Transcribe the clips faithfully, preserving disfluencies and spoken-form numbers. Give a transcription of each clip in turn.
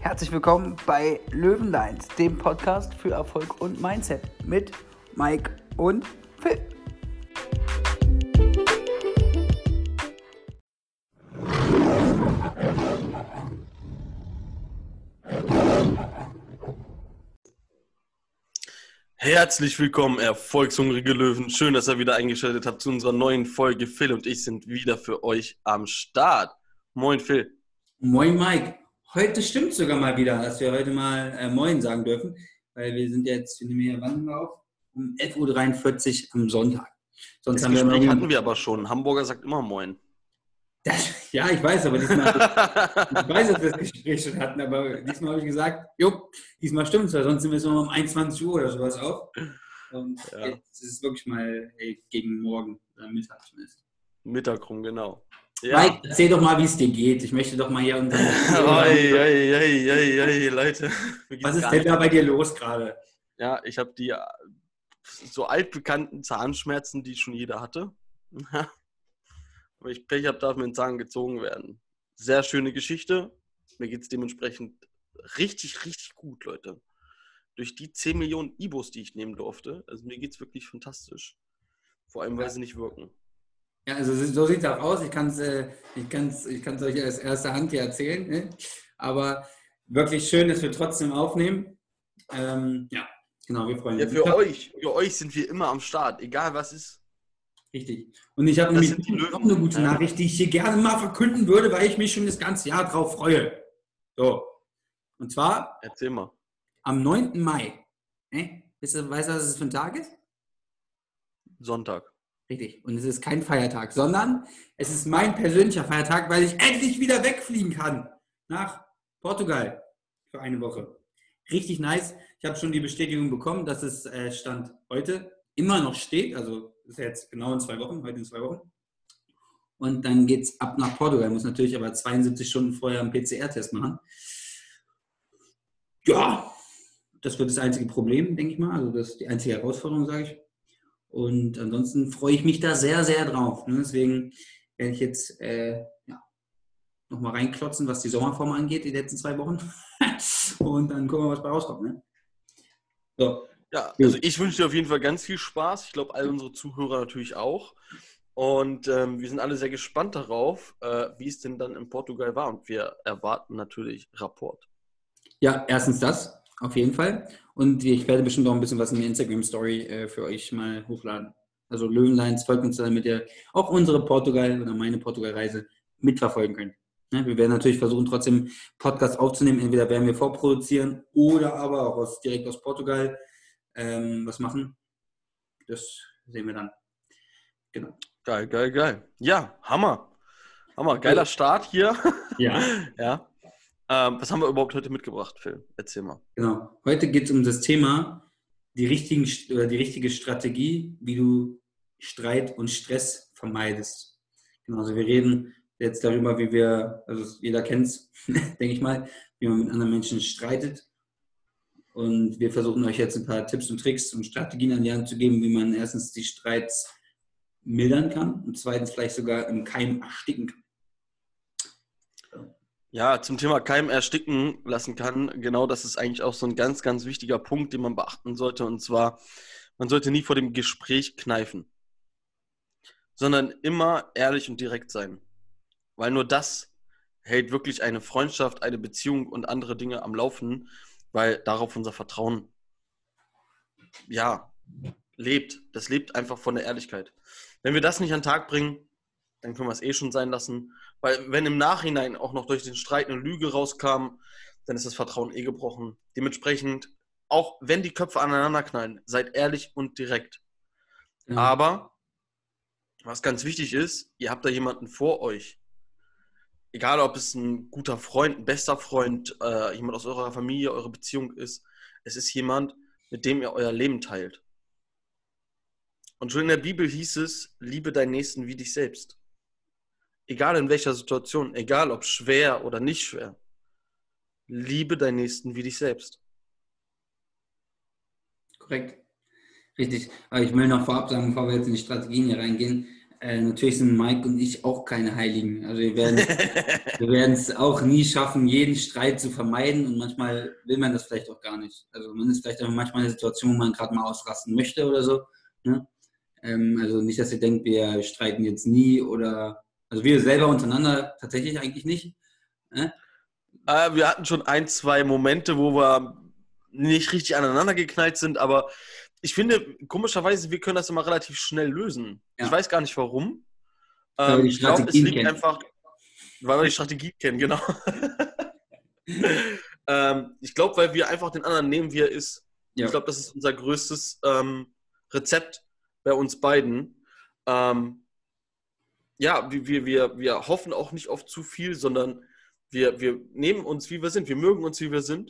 Herzlich willkommen bei Löwenlines, dem Podcast für Erfolg und Mindset mit Mike und Phil. Herzlich willkommen, erfolgshungrige Löwen. Schön, dass ihr wieder eingeschaltet habt zu unserer neuen Folge. Phil und ich sind wieder für euch am Start. Moin, Phil. Moin, Mike. Heute stimmt sogar mal wieder, dass wir heute mal äh, Moin sagen dürfen, weil wir sind jetzt, wir nehmen hier, wann sind wir auf? Um elf Uhr dreiundvierzig am Sonntag. Sonst Das haben Gespräch wir hatten wir aber schon. Hamburger sagt immer Moin. Das, ja, ich weiß, aber diesmal, ich weiß, dass wir das Gespräch schon hatten, aber diesmal habe ich gesagt, jo, diesmal stimmt es, weil sonst sind wir so um einundzwanzig Uhr oder sowas auf. Und Ja. jetzt ist es wirklich mal hey, gegen morgen oder Mittag zumindest. Mittag rum, genau. Ja. Mike, erzähl doch mal, wie es dir geht. Ich möchte doch mal hier unseren... Oi, oi, oi, oi, oi, Leute. Mir geht's Was ist gar denn nicht da bei gut. dir los gerade? Ja, ich habe die äh, so altbekannten Zahnschmerzen, die schon jeder hatte. Wenn ich Pech habe, darf mir ein Zahn gezogen werden. Sehr schöne Geschichte. Mir geht es dementsprechend richtig, richtig gut, Leute. Durch die zehn Millionen Ibos, die ich nehmen durfte, also mir geht es wirklich fantastisch. Vor allem, weil sie nicht wirken. Ja, also so sieht es auch aus. Ich kann es äh, ich kann's, ich kann's euch aus erster Hand hier erzählen. Ne? Aber wirklich schön, dass wir trotzdem aufnehmen. Ähm, ja, genau, wir freuen Ja, uns. für Ich hab- euch, für euch sind wir immer am Start, egal was ist. Richtig. Und ich habe Das nämlich sind die noch Löwen, eine gute ja. Nachricht, die ich hier gerne mal verkünden würde, weil ich mich schon das ganze Jahr drauf freue. So. Und zwar Erzähl mal. am neunten Mai. Ne? Weißt du, weißt du, was es für ein Tag ist? Sonntag. Richtig. Und es ist kein Feiertag, sondern es ist mein persönlicher Feiertag, weil ich endlich wieder wegfliegen kann nach Portugal für eine Woche. Richtig nice. Ich habe schon die Bestätigung bekommen, dass es äh, Stand heute immer noch steht. Also ist jetzt genau in zwei Wochen, heute in zwei Wochen. Und dann geht es ab nach Portugal. Muss natürlich aber zweiundsiebzig Stunden vorher einen P C R-Test machen. Ja, das wird das einzige Problem, denke ich mal. Also das ist die einzige Herausforderung, sage ich. Und ansonsten freue ich mich da sehr, sehr drauf. Ne? Deswegen werde ich jetzt äh, ja, nochmal reinklotzen, was die Sommerform angeht, die letzten zwei Wochen. Und dann gucken wir, was bei rauskommt. Ne? So. Ja, also ich wünsche dir auf jeden Fall ganz viel Spaß. Ich glaube, all unsere Zuhörer natürlich auch. Und ähm, wir sind alle sehr gespannt darauf, äh, wie es denn dann in Portugal war. Und wir erwarten natürlich Rapport. Ja, erstens das, auf jeden Fall. Und ich werde bestimmt auch ein bisschen was in der Instagram-Story äh, für euch mal hochladen. Also Löwenlines, folgt uns, damit ihr auch unsere Portugal- oder meine Portugal-Reise mitverfolgen könnt. Ne? Wir werden natürlich versuchen, trotzdem Podcasts aufzunehmen. Entweder werden wir vorproduzieren oder aber auch aus, direkt aus Portugal ähm, was machen. Das sehen wir dann. Genau. Geil, geil, geil. Ja, Hammer. Hammer, geiler Start hier. Ja. Ja. Ähm, was haben wir überhaupt heute mitgebracht, Phil? Erzähl mal. Genau. Heute geht es um das Thema, die, richtigen, oder die richtige Strategie, wie du Streit und Stress vermeidest. Genau, also wir reden jetzt darüber, wie wir, also jeder kennt es, denke ich mal, wie man mit anderen Menschen streitet. Und wir versuchen euch jetzt ein paar Tipps und Tricks und Strategien an die Hand zu geben, wie man erstens die Streits mildern kann und zweitens vielleicht sogar im Keim ersticken kann. Ja, zum Thema Keim ersticken lassen kann, genau das ist eigentlich auch so ein ganz, ganz wichtiger Punkt, den man beachten sollte. Und zwar, man sollte nie vor dem Gespräch kneifen, sondern immer ehrlich und direkt sein. Weil nur das hält wirklich eine Freundschaft, eine Beziehung und andere Dinge am Laufen, weil darauf unser Vertrauen, ja, lebt. Das lebt einfach von der Ehrlichkeit. Wenn wir das nicht an den Tag bringen, dann können wir es eh schon sein lassen. Weil wenn im Nachhinein auch noch durch den Streit eine Lüge rauskam, dann ist das Vertrauen eh gebrochen. Dementsprechend, auch wenn die Köpfe aneinander knallen, seid ehrlich und direkt. Ja. Aber, was ganz wichtig ist, ihr habt da jemanden vor euch. Egal, ob es ein guter Freund, ein bester Freund, äh, jemand aus eurer Familie, eure Beziehung ist. Es ist jemand, mit dem ihr euer Leben teilt. Und schon in der Bibel hieß es, liebe deinen Nächsten wie dich selbst. Egal in welcher Situation, egal ob schwer oder nicht schwer, liebe deinen Nächsten wie dich selbst. Korrekt. Richtig. Aber ich will noch vorab sagen, bevor wir jetzt in die Strategien hier reingehen, Äh, natürlich sind Mike und ich auch keine Heiligen. Also wir werden, wir werden es auch nie schaffen, jeden Streit zu vermeiden und manchmal will man das vielleicht auch gar nicht. Also man ist vielleicht auch manchmal in einer Situation, wo man gerade mal ausrasten möchte oder so. Ne? Ähm, also nicht, dass ihr denkt, wir streiten jetzt nie oder, also wir selber untereinander tatsächlich eigentlich nicht. Ne? Äh, wir hatten schon ein, zwei Momente, wo wir nicht richtig aneinander geknallt sind, aber ich finde, komischerweise, wir können das immer relativ schnell lösen. Ja. Ich weiß gar nicht warum. Weil wir Ähm, die ich glaube, es Strategien liegt kennen. einfach, weil wir die Strategie kennen, genau. ähm, ich glaube, weil wir einfach den anderen nehmen, wie er ist. Ja. Ich glaube, das ist unser größtes ähm, Rezept bei uns beiden. Ähm, ja, wir, wir, wir, wir hoffen auch nicht auf zu viel, sondern wir, wir nehmen uns, wie wir sind. Wir mögen uns, wie wir sind.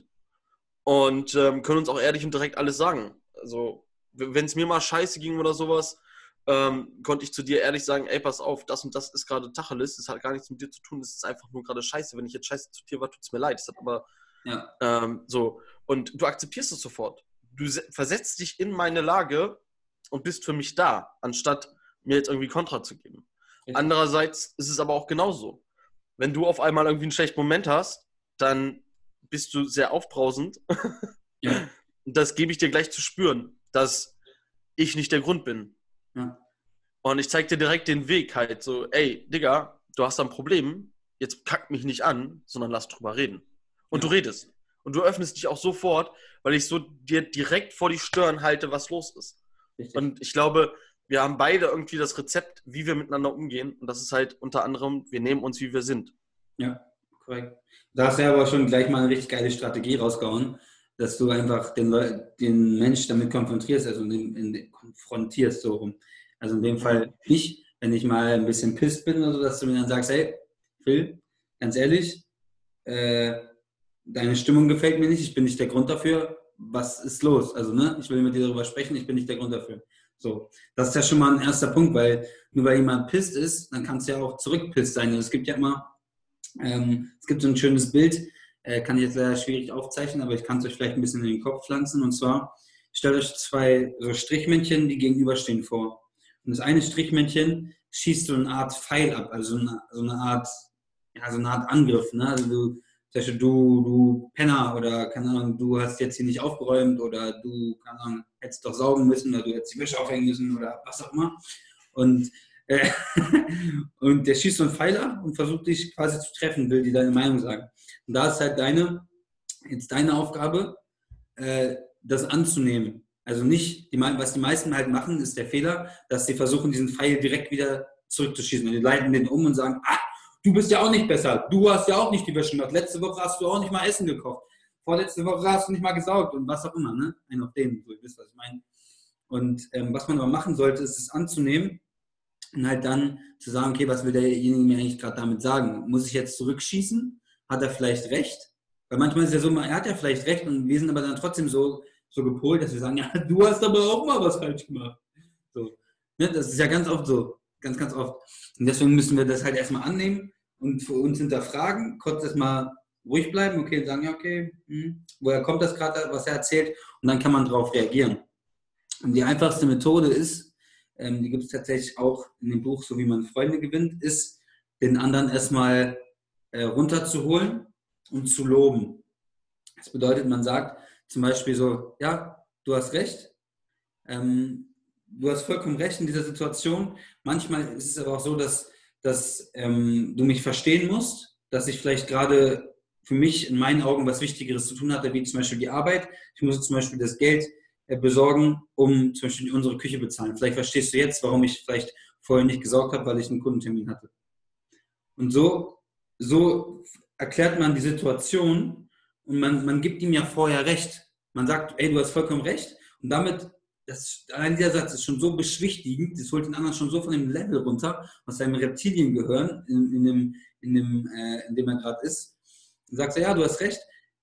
Und ähm, können uns auch ehrlich und direkt alles sagen. Also, wenn es mir mal scheiße ging oder sowas, ähm, konnte ich zu dir ehrlich sagen, ey, pass auf, das und das ist gerade Tacheles, das hat gar nichts mit dir zu tun, das ist einfach nur gerade scheiße. Wenn ich jetzt scheiße zu dir war, tut es mir leid. Das hat aber Ja. ähm, so. Und du akzeptierst es sofort. Du se- versetzt dich in meine Lage und bist für mich da, anstatt mir jetzt irgendwie Kontra zu geben. Richtig. Andererseits ist es aber auch genauso. Wenn du auf einmal irgendwie einen schlechten Moment hast, dann bist du sehr aufbrausend. Ja. Und das gebe ich dir gleich zu spüren, dass ich nicht der Grund bin. Ja. Und ich zeige dir direkt den Weg halt so, ey, Digga, du hast da ein Problem, jetzt kack mich nicht an, sondern lass drüber reden. Und Ja. du redest. Und du öffnest dich auch sofort, weil ich so dir direkt vor die Stirn halte, was los ist. Richtig. Und ich glaube, wir haben beide irgendwie das Rezept, wie wir miteinander umgehen. Und das ist halt unter anderem, wir nehmen uns, wie wir sind. Ja, korrekt. Da hast du ja aber schon gleich mal eine richtig geile Strategie rausgehauen, dass du einfach den, Leu den Mensch damit konfrontierst, also in, in, konfrontierst so rum. Also in dem Fall ich, wenn ich mal ein bisschen pisst bin oder so, dass du mir dann sagst, hey, Phil, ganz ehrlich, äh, deine Stimmung gefällt mir nicht, ich bin nicht der Grund dafür, was ist los? Also, ne, ich will mit dir darüber sprechen, ich bin nicht der Grund dafür. So, das ist ja schon mal ein erster Punkt, weil nur weil jemand pisst ist, dann kann es ja auch zurückpisst sein. Und es gibt ja immer, ähm, es gibt so ein schönes Bild, äh, kann ich jetzt leider schwierig aufzeichnen, aber ich kann es euch vielleicht ein bisschen in den Kopf pflanzen. Und zwar, stellt euch zwei so Strichmännchen, die gegenüberstehen vor. Und das eine Strichmännchen schießt so eine Art Pfeil ab, also so eine, so eine Art, ja, so eine Art Angriff, ne? Also du, zum Beispiel du, du Penner oder, keine Ahnung, du hast jetzt hier nicht aufgeräumt oder du, keine Ahnung, hättest doch saugen müssen oder du hättest die Wäsche aufhängen müssen oder was auch immer. Und, äh, und der schießt so einen Pfeil ab und versucht dich quasi zu treffen, will dir deine Meinung sagen. Und da ist halt deine, jetzt deine Aufgabe, äh, das anzunehmen. Also nicht, die, was die meisten halt machen, ist der Fehler, dass sie versuchen, diesen Pfeil direkt wieder zurückzuschießen. Und die leiten den um und sagen, ah, du bist ja auch nicht besser, du hast ja auch nicht die Wäsche gemacht, letzte Woche hast du auch nicht mal Essen gekocht, vorletzte Woche hast du nicht mal gesaugt und was auch immer, ne? Ein auf dem, so, ihr wisst, was ich meine. Und ähm, was man aber machen sollte, ist es anzunehmen und halt dann zu sagen, okay, was will derjenige mir eigentlich gerade damit sagen? Muss ich jetzt zurückschießen? Hat er vielleicht recht? Weil manchmal ist es ja so, er hat ja vielleicht recht und wir sind aber dann trotzdem so, so gepolt, dass wir sagen, ja, du hast aber auch mal was falsch gemacht. So, ne? Das ist ja ganz oft so, ganz, ganz oft. Und deswegen müssen wir das halt erstmal annehmen und für uns hinterfragen, kurz erstmal ruhig bleiben, okay, und sagen, ja, okay, hm, woher kommt das gerade, was er erzählt? Und dann kann man darauf reagieren. Und die einfachste Methode ist, ähm, die gibt es tatsächlich auch in dem Buch, so wie man Freunde gewinnt, ist, den anderen erstmal äh, runterzuholen und zu loben. Das bedeutet, man sagt zum Beispiel so, ja, du hast recht, ähm, du hast vollkommen recht in dieser Situation. Manchmal ist es aber auch so, dass, dass ähm, du mich verstehen musst, dass ich vielleicht gerade für mich in meinen Augen was Wichtigeres zu tun hatte, wie zum Beispiel die Arbeit. Ich muss zum Beispiel das Geld äh, besorgen, um zum Beispiel unsere Küche bezahlen. Vielleicht verstehst du jetzt, warum ich vielleicht vorher nicht gesorgt habe, weil ich einen Kundentermin hatte. Und so, so erklärt man die Situation und man, man gibt ihm ja vorher recht. Man sagt, ey, du hast vollkommen recht. Und damit, das, allein dieser Satz ist schon so beschwichtigend, das holt den anderen schon so von dem Level runter, aus seinem Reptiliengehirn, in, in, dem, in, dem, äh, in dem er gerade ist. Und sagst, ja, du hast recht.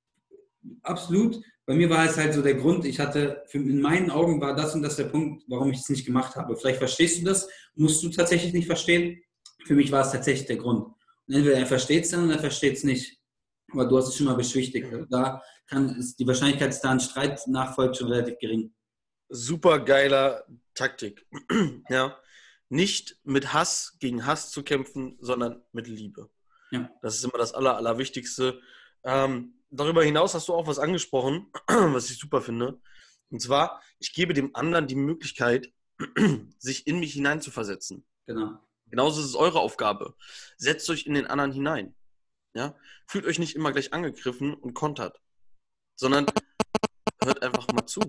Absolut. Bei mir war es halt so der Grund, ich hatte, für, in meinen Augen war das und das der Punkt, warum ich es nicht gemacht habe. Vielleicht verstehst du das, musst du tatsächlich nicht verstehen. Für mich war es tatsächlich der Grund. Und entweder er versteht es dann oder er versteht es nicht. Aber du hast es schon mal beschwichtigt. Also da kann, ist die Wahrscheinlichkeit, dass da ein Streit nachfolgt, schon relativ gering. Super geiler Taktik. Ja. nicht mit Hass gegen Hass zu kämpfen, sondern mit Liebe. Ja. Das ist immer das Aller, Allerwichtigste. Ähm, darüber hinaus hast du auch was angesprochen, was ich super finde. Und zwar, ich gebe dem anderen die Möglichkeit, sich in mich hineinzuversetzen. Genau. Genauso ist es eure Aufgabe. Setzt euch in den anderen hinein. Ja? Fühlt euch nicht immer gleich angegriffen und kontert, sondern hört einfach mal zu.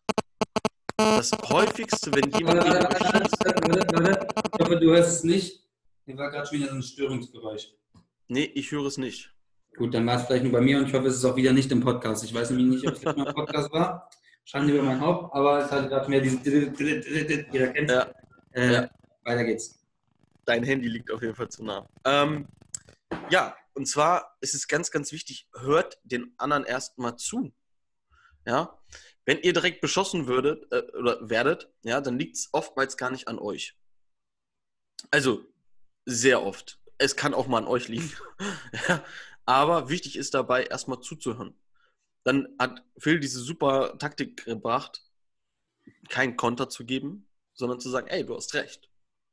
Das häufigste, wenn jemand Warte, gegen warte, euch warte, schießt, warte, warte. Ich hoffe, du hörst es nicht. Hier war gerade schon wieder so ein Störungsgeräusch. nee, ich höre es nicht. Gut, dann war es vielleicht nur bei mir und ich hoffe, es ist auch wieder nicht im Podcast. Ich weiß nämlich nicht, ob es jetzt mal im Podcast war. Schande über mein Haupt, aber es hat gerade mehr diese... Jeder kennt Ja. äh, Ja. Weiter geht's. Dein Handy liegt auf jeden Fall zu nah. Ähm, ja, und zwar ist es ganz, ganz wichtig, hört den anderen erstmal zu. Ja, wenn ihr direkt beschossen würdet äh, oder werdet, ja, dann liegt es oftmals gar nicht an euch. Also sehr oft. Es kann auch mal an euch liegen. Ja, aber wichtig ist dabei, erstmal zuzuhören. Dann hat Phil diese super Taktik gebracht, keinen Konter zu geben, sondern zu sagen, ey, du hast recht.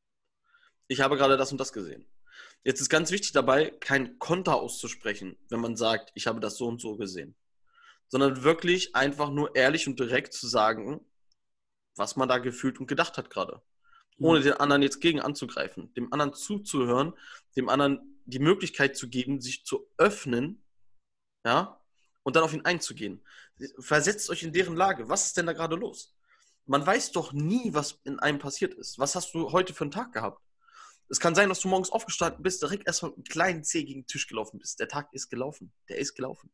Ich habe gerade das und das gesehen. Jetzt ist ganz wichtig dabei, keinen Konter auszusprechen, wenn man sagt, ich habe das so und so gesehen. Sondern wirklich einfach nur ehrlich und direkt zu sagen, was man da gefühlt und gedacht hat gerade. Ohne den anderen jetzt gegen anzugreifen. Dem anderen zuzuhören, dem anderen die Möglichkeit zu geben, sich zu öffnen, ja, und dann auf ihn einzugehen. Versetzt euch in deren Lage. Was ist denn da gerade los? Man weiß doch nie, was in einem passiert ist. Was hast du heute für einen Tag gehabt? Es kann sein, dass du morgens aufgestanden bist, direkt erstmal mit einem kleinen Zeh gegen den Tisch gelaufen bist. Der Tag ist gelaufen. Der ist gelaufen.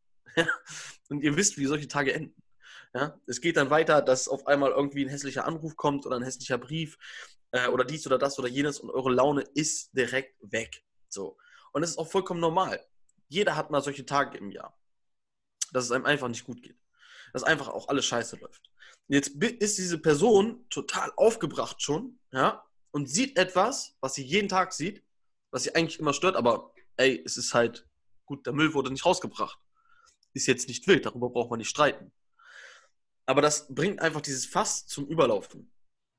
Und ihr wisst, wie solche Tage enden. Ja? Es geht dann weiter, dass auf einmal irgendwie ein hässlicher Anruf kommt oder ein hässlicher Brief äh, oder dies oder das oder jenes und eure Laune ist direkt weg. So. Und das ist auch vollkommen normal. Jeder hat mal solche Tage im Jahr, dass es einem einfach nicht gut geht. Dass einfach auch alles scheiße läuft. Und jetzt ist diese Person total aufgebracht schon, ja, und sieht etwas, was sie jeden Tag sieht, was sie eigentlich immer stört, aber ey, es ist halt gut, der Müll wurde nicht rausgebracht. Ist jetzt nicht wild, darüber braucht man nicht streiten. Aber das bringt einfach dieses Fass zum Überlaufen.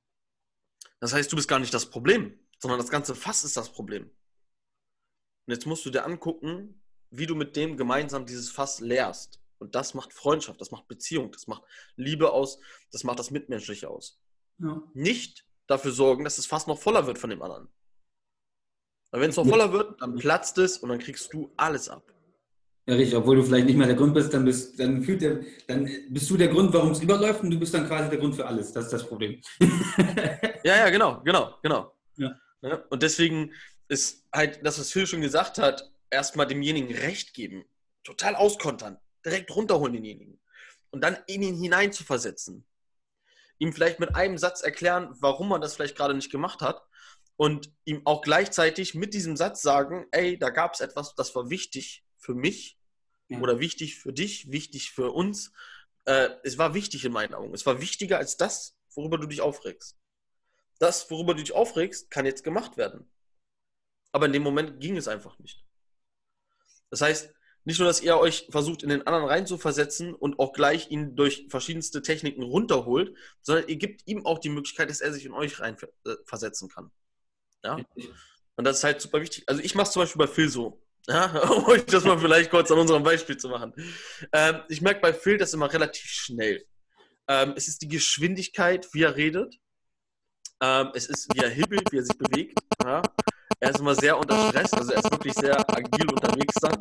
Das heißt, du bist gar nicht das Problem, sondern das ganze Fass ist das Problem. Und jetzt musst du dir angucken, wie du mit dem gemeinsam dieses Fass leerst. Und das macht Freundschaft, das macht Beziehung, das macht Liebe aus, das macht das Mitmenschliche aus. Ja. Nicht dafür sorgen, dass das Fass noch voller wird von dem anderen. Weil wenn es noch voller wird, dann platzt es und dann kriegst du alles ab. Ja, richtig, obwohl du vielleicht nicht mehr der Grund bist, dann bist, dann fühlt der, dann bist du der Grund, warum es überläuft und du bist dann quasi der Grund für alles. Das ist das Problem. Ja, ja, genau, genau, genau. Ja. Ja, und deswegen ist halt das, was Phil schon gesagt hat, erstmal demjenigen Recht geben. Total auskontern. Direkt runterholen denjenigen. Und dann in ihn hinein zu versetzen. Ihm vielleicht mit einem Satz erklären, warum man das vielleicht gerade nicht gemacht hat. Und ihm auch gleichzeitig mit diesem Satz sagen, ey, da gab es etwas, das war wichtig für mich Ja. oder wichtig für dich, wichtig für uns. Äh, es war wichtig in meinen Augen. Es war wichtiger als das, worüber du dich aufregst. Das, worüber du dich aufregst, kann jetzt gemacht werden. Aber in dem Moment ging es einfach nicht. Das heißt, nicht nur, dass ihr euch versucht, in den anderen reinzuversetzen und auch gleich ihn durch verschiedenste Techniken runterholt, sondern ihr gebt ihm auch die Möglichkeit, dass er sich in euch reinversetzen kann. Ja? Und das ist halt super wichtig. Also ich mache es zum Beispiel bei Phil so. Ja, um euch das mal vielleicht kurz an unserem Beispiel zu machen. Ähm, ich merke bei Phil das immer relativ schnell. Ähm, es ist die Geschwindigkeit, wie er redet. Ähm, es ist, wie er hibbelt, wie er sich bewegt. Ja. Er ist immer sehr unter Stress, also er ist wirklich sehr agil unterwegs dann.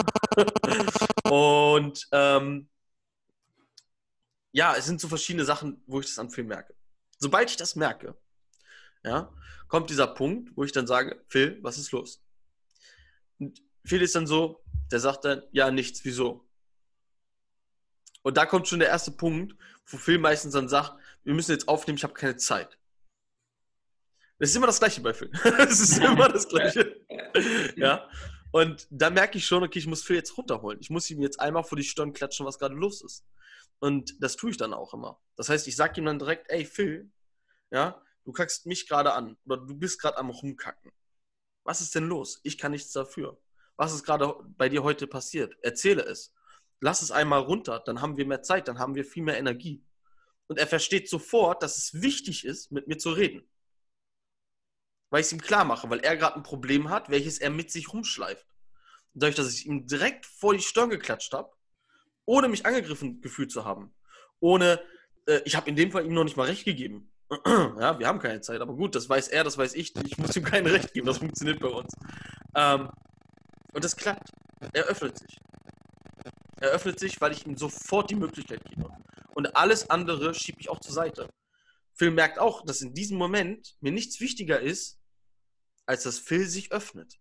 Und ähm, ja, es sind so verschiedene Sachen, wo ich das an Phil merke. Sobald ich das merke, ja, kommt dieser Punkt, wo ich dann sage, Phil, was ist los? Und Phil ist dann so, der sagt dann, ja, nichts, wieso? Und da kommt schon der erste Punkt, wo Phil meistens dann sagt, wir müssen jetzt aufnehmen, ich habe keine Zeit. Das ist immer das Gleiche bei Phil. Es ist immer das Gleiche. Ja. Und da merke ich schon, okay, ich muss Phil jetzt runterholen. Ich muss ihm jetzt einmal vor die Stirn klatschen, was gerade los ist. Und das tue ich dann auch immer. Das heißt, ich sage ihm dann direkt, ey Phil, ja, du kackst mich gerade an oder du bist gerade am Rumkacken. Was ist denn los? Ich kann nichts dafür. Was ist gerade bei dir heute passiert? Erzähle es. Lass es einmal runter, dann haben wir mehr Zeit, dann haben wir viel mehr Energie. Und er versteht sofort, dass es wichtig ist, mit mir zu reden. weil ich es ihm klar mache, weil er gerade ein Problem hat, welches er mit sich rumschleift. Und dadurch, dass ich ihm direkt vor die Stirn geklatscht habe, ohne mich angegriffen gefühlt zu haben, ohne, äh, ich habe in dem Fall ihm noch nicht mal recht gegeben. Ja, wir haben keine Zeit, aber gut, das weiß er, das weiß ich, ich muss ihm kein Recht geben, das funktioniert bei uns. Ähm, und das klappt. Er öffnet sich. Er öffnet sich, weil ich ihm sofort die Möglichkeit gebe. Und alles andere schiebe ich auch zur Seite. Phil merkt auch, dass in diesem Moment mir nichts wichtiger ist, als dass Phil sich öffnet.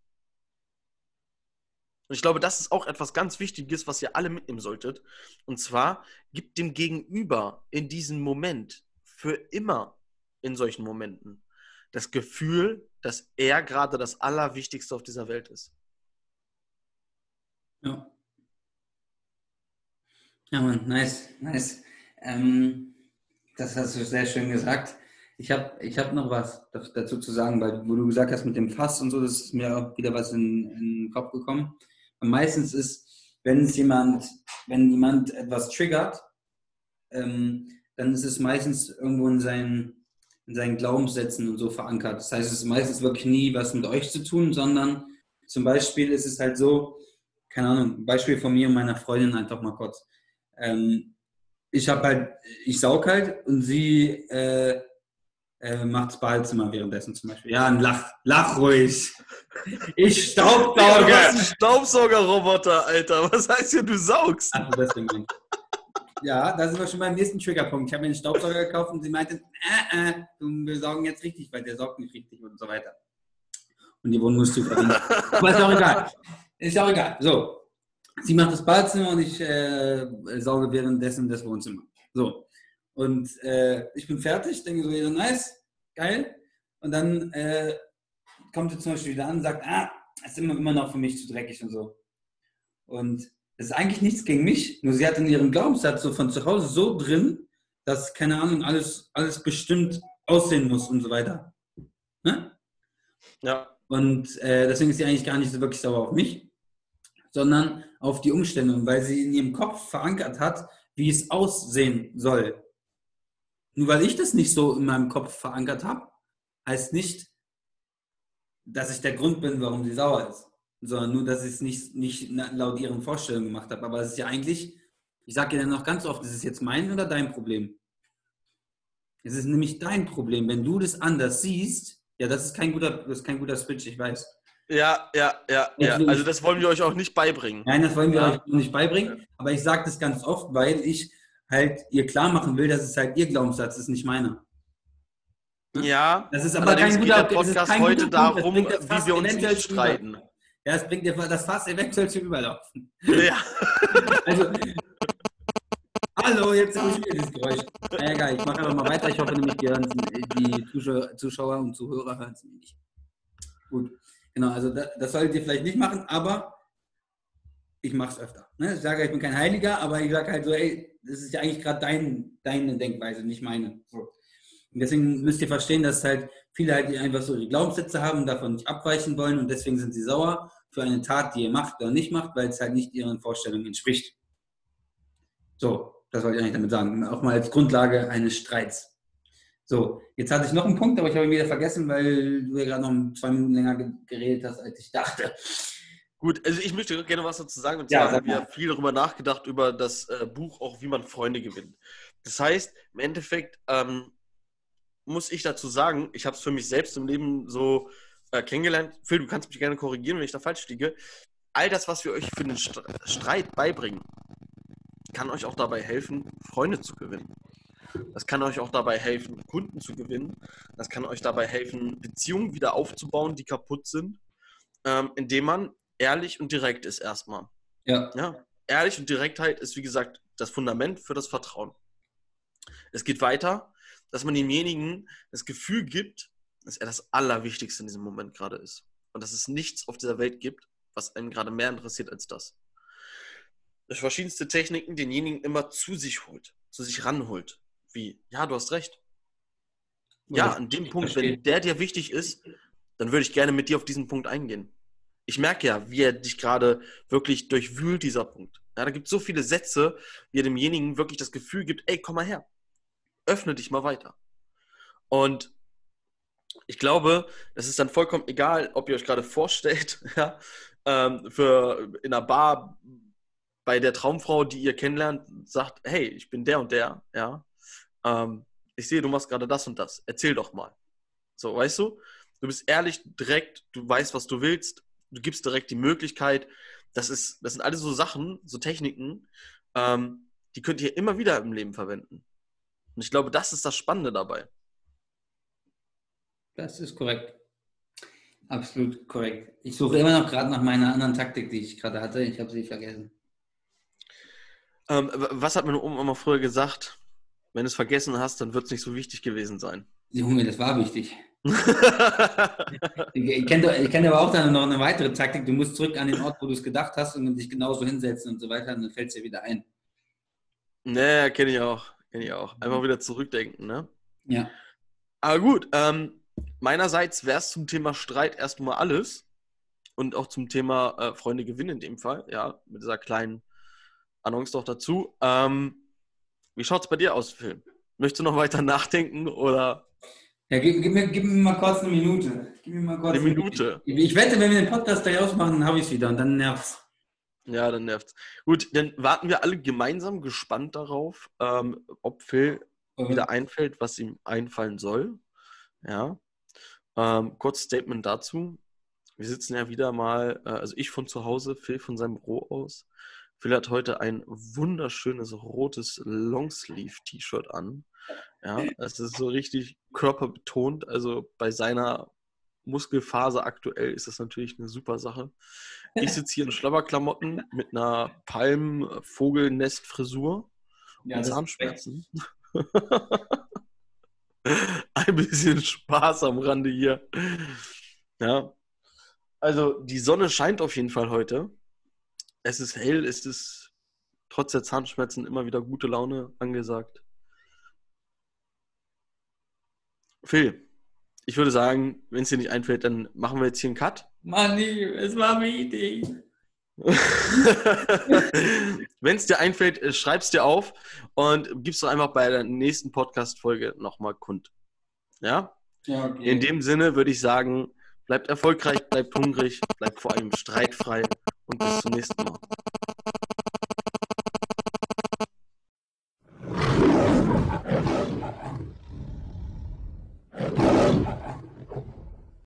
Und ich glaube, das ist auch etwas ganz Wichtiges, was ihr alle mitnehmen solltet. Und zwar, gibt dem Gegenüber in diesem Moment, für immer in solchen Momenten, das Gefühl, dass er gerade das Allerwichtigste auf dieser Welt ist. Ja. Ja, Mann, nice, nice. Ähm, das hast du sehr schön gesagt. Ich habe ich hab noch was dazu zu sagen, weil wo du gesagt hast mit dem Fass und so, das ist mir auch wieder was in, in den Kopf gekommen. Und meistens ist, wenn es jemand, wenn jemand etwas triggert, ähm, dann ist es meistens irgendwo in seinen, in seinen Glaubenssätzen und so verankert. Das heißt, es ist meistens wirklich nie was mit euch zu tun, sondern zum Beispiel ist es halt so, keine Ahnung, ein Beispiel von mir und meiner Freundin einfach mal kurz. Ähm, ich habe halt, ich saug halt und sie äh, äh, macht das Badezimmer währenddessen zum Beispiel. Ja, ein Lach, lach ruhig. Ich staubsauge. Ja, du hast einen Staubsaugerroboter, Alter. Was heißt hier, du saugst? Also deswegen. Ja, da sind wir schon beim nächsten Triggerpunkt. Ich habe mir einen Staubsauger gekauft und sie meinte, äh, äh, wir saugen jetzt richtig, weil der saugt nicht richtig und so weiter. Und die Wohnung musst du verdienen. Aber ist auch egal. Ist auch egal. So. Sie macht das Badezimmer und ich äh, sauge währenddessen das Wohnzimmer. So. Und äh, ich bin fertig, denke so, ja, nice, geil. Und dann äh, kommt sie zum Beispiel wieder an und sagt, ah, es ist immer, immer noch für mich zu dreckig und so. Und es ist eigentlich nichts gegen mich, nur sie hat in ihrem Glaubenssatz so von zu Hause so drin, dass, keine Ahnung, alles, alles bestimmt aussehen muss und so weiter. Ne? Ja. Und äh, deswegen ist sie eigentlich gar nicht so wirklich sauer auf mich, sondern auf die Umstände, weil sie in ihrem Kopf verankert hat, wie es aussehen soll. Nur weil ich das nicht so in meinem Kopf verankert habe, heißt nicht, dass ich der Grund bin, warum sie sauer ist, sondern nur, dass ich es nicht, nicht laut ihren Vorstellungen gemacht habe. Aber es ist ja eigentlich, ich sage ihr dann noch ganz oft, ist es jetzt mein oder dein Problem? Es ist nämlich dein Problem. Wenn du das anders siehst, ja, das ist kein guter, das ist kein guter Switch, ich weiß. Ja, ja, ja, ja. Also das wollen wir euch auch nicht beibringen. Nein, das wollen wir ja. euch nicht beibringen, aber ich sage das ganz oft, weil ich halt ihr klar machen will, dass es halt ihr Glaubenssatz ist, nicht meiner. Ja, das ist aber kein guter, geht der Podcast kein heute guter darum, Punkt. Das wie wir uns nicht streiten. Ja, es bringt das Fass eventuell zu überlaufen. Ja. Also, hallo, jetzt ist wieder dieses Geräusch. Na egal, ich mache einfach mal weiter. Ich hoffe nämlich, die, hören, die Zuschauer, Zuschauer und Zuhörer hören es nicht. Gut, genau, also das, das solltet ihr vielleicht nicht machen, aber ich mache es öfter. Ne? Ich sage, ich bin kein Heiliger, aber ich sage halt so, ey, das ist ja eigentlich gerade dein, deine Denkweise, nicht meine. So. Und deswegen müsst ihr verstehen, dass halt viele halt einfach so ihre Glaubenssätze haben und davon nicht abweichen wollen und deswegen sind sie sauer für eine Tat, die ihr macht oder nicht macht, weil es halt nicht ihren Vorstellungen entspricht. So, das wollte ich eigentlich damit sagen. Auch mal als Grundlage eines Streits. So, jetzt hatte ich noch einen Punkt, aber ich habe ihn wieder vergessen, weil du ja gerade noch zwei Minuten länger geredet hast, als ich dachte. Gut, also ich möchte gerne was dazu sagen. Und ja, zwar haben wir viel darüber nachgedacht, über das äh, Buch, auch wie man Freunde gewinnt. Das heißt, im Endeffekt ähm, muss ich dazu sagen, ich habe es für mich selbst im Leben so äh, kennengelernt. Phil, du kannst mich gerne korrigieren, wenn ich da falsch liege. All das, was wir euch für den St- Streit beibringen, kann euch auch dabei helfen, Freunde zu gewinnen. Das kann euch auch dabei helfen, Kunden zu gewinnen. Das kann euch dabei helfen, Beziehungen wieder aufzubauen, die kaputt sind, ähm, indem man ehrlich und direkt ist erstmal. Ja. Ja. Ehrlich und Direktheit ist, wie gesagt, das Fundament für das Vertrauen. Es geht weiter, dass man demjenigen das Gefühl gibt, dass er das Allerwichtigste in diesem Moment gerade ist. Und dass es nichts auf dieser Welt gibt, was einen gerade mehr interessiert als das. Durch verschiedenste Techniken denjenigen immer zu sich holt, zu sich ranholt. Wie, ja, du hast recht. Ja, an dem Punkt, wenn der dir wichtig ist, dann würde ich gerne mit dir auf diesen Punkt eingehen. Ich merke ja, wie er dich gerade wirklich durchwühlt, dieser Punkt. Ja, da gibt es so viele Sätze, wie er demjenigen wirklich das Gefühl gibt, ey, komm mal her. Öffne dich mal weiter. Und Ich glaube, das ist dann vollkommen egal, ob ihr euch gerade vorstellt, ja, ähm, für in einer Bar bei der Traumfrau, die ihr kennenlernt, sagt, hey, ich bin der und der, ja. Ähm, ich sehe, du machst gerade das und das. Erzähl doch mal. So, weißt du? Du bist ehrlich, direkt, du weißt, was du willst, du gibst direkt die Möglichkeit. Das ist, das sind alles so Sachen, so Techniken, ähm, die könnt ihr immer wieder im Leben verwenden. Und ich glaube, das ist das Spannende dabei. Das ist korrekt. Absolut korrekt. Ich suche immer noch gerade nach meiner anderen Taktik, die ich gerade hatte. Ich habe sie vergessen. Ähm, was hat meine Oma immer früher gesagt? Wenn du es vergessen hast, dann wird es nicht so wichtig gewesen sein. Junge, das war wichtig. Ich kenne ich kenn aber auch dann noch eine weitere Taktik. Du musst zurück an den Ort, wo du es gedacht hast und dich genauso hinsetzen und so weiter. Und dann fällt es dir wieder ein. Naja, kenne ich auch. Kenn ich auch. Einfach wieder zurückdenken, ne? Ja. Aber gut, ähm, meinerseits wäre es zum Thema Streit erstmal alles. Und auch zum Thema äh, Freunde gewinnen in dem Fall, ja, mit dieser kleinen Annonce noch dazu. Ähm, wie schaut es bei dir aus, Phil? Möchtest du noch weiter nachdenken oder? Ja, gib, gib, mir, gib mir mal kurz eine Minute. Gib mir mal kurz Eine Minute. Ich, ich wette, wenn wir den Podcast gleich ausmachen, dann habe ich es wieder und dann nervt's. Ja, dann nervt's. Gut, dann warten wir alle gemeinsam gespannt darauf, ähm, ob Phil Mhm. wieder einfällt, was ihm einfallen soll. Ja. Ähm, kurzes Statement dazu. Wir sitzen ja wieder mal, äh, also ich von zu Hause, Phil von seinem Büro aus. Phil hat heute ein wunderschönes rotes Longsleeve-T-Shirt an. Ja, es ist so richtig körperbetont. Also bei seiner Muskelphase aktuell ist das natürlich eine super Sache. Ich sitze hier in Schlabberklamotten mit einer Palm-Vogelnest-Frisur Ja, und das ist Zahnschmerzen. Ein bisschen Spaß am Rande hier. Ja. Also die Sonne scheint auf jeden Fall heute. Es ist hell, es ist trotz der Zahnschmerzen immer wieder gute Laune angesagt. Phil, ich würde sagen, wenn es dir nicht einfällt, dann machen wir jetzt hier einen Cut. Manni, es war eine Idee. Wenn es dir einfällt, schreib es dir auf und gib's doch einfach bei der nächsten Podcast-Folge nochmal kund. Ja? Ja, okay. In dem Sinne würde ich sagen, bleibt erfolgreich, bleibt hungrig, bleibt vor allem streitfrei und bis zum nächsten Mal.